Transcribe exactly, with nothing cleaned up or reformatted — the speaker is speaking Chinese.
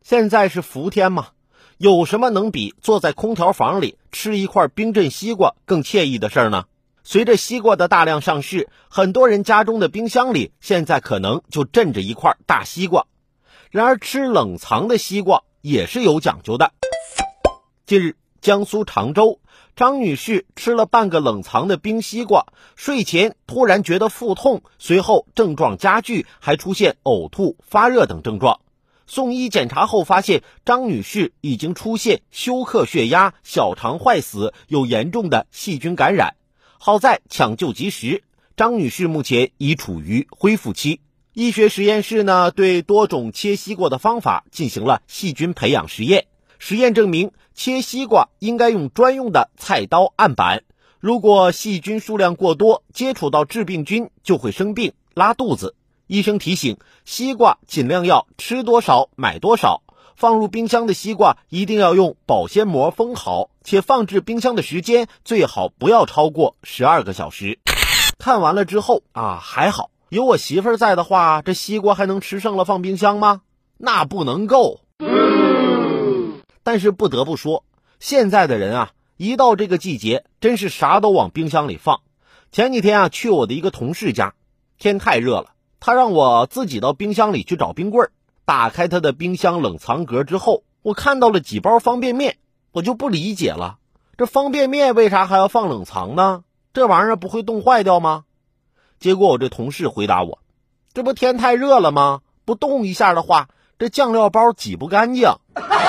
现在是伏天嘛，有什么能比坐在空调房里吃一块冰镇西瓜更惬意的事儿呢？随着西瓜的大量上市，很多人家中的冰箱里现在可能就镇着一块大西瓜。然而吃冷藏的西瓜也是有讲究的。近日，江苏常州张女士吃了半个冷藏的冰西瓜，睡前突然觉得腹痛，随后症状加剧，还出现呕吐、发热等症状。送医检查后发现，张女士已经出现休克血压、小肠坏死，有严重的细菌感染。好在抢救及时，张女士目前已处于恢复期。医学实验室呢，对多种切西瓜的方法进行了细菌培养实验。实验证明，切西瓜应该用专用的菜刀案板，如果细菌数量过多，接触到致病菌就会生病、拉肚子。医生提醒，西瓜尽量要吃多少买多少，放入冰箱的西瓜一定要用保鲜膜封好，且放置冰箱的时间最好不要超过十二个小时。看完了之后啊，还好有我媳妇儿在的话，这西瓜还能吃剩了放冰箱吗？那不能够。但是不得不说，现在的人啊，一到这个季节，真是啥都往冰箱里放。前几天啊，去我的一个同事家，天太热了，他让我自己到冰箱里去找冰棍儿。打开他的冰箱冷藏格之后，我看到了几包方便面，我就不理解了，这方便面为啥还要放冷藏呢？这玩意儿不会冻坏掉吗？结果我这同事回答我，这不天太热了吗？不冻一下的话，这酱料包挤不干净。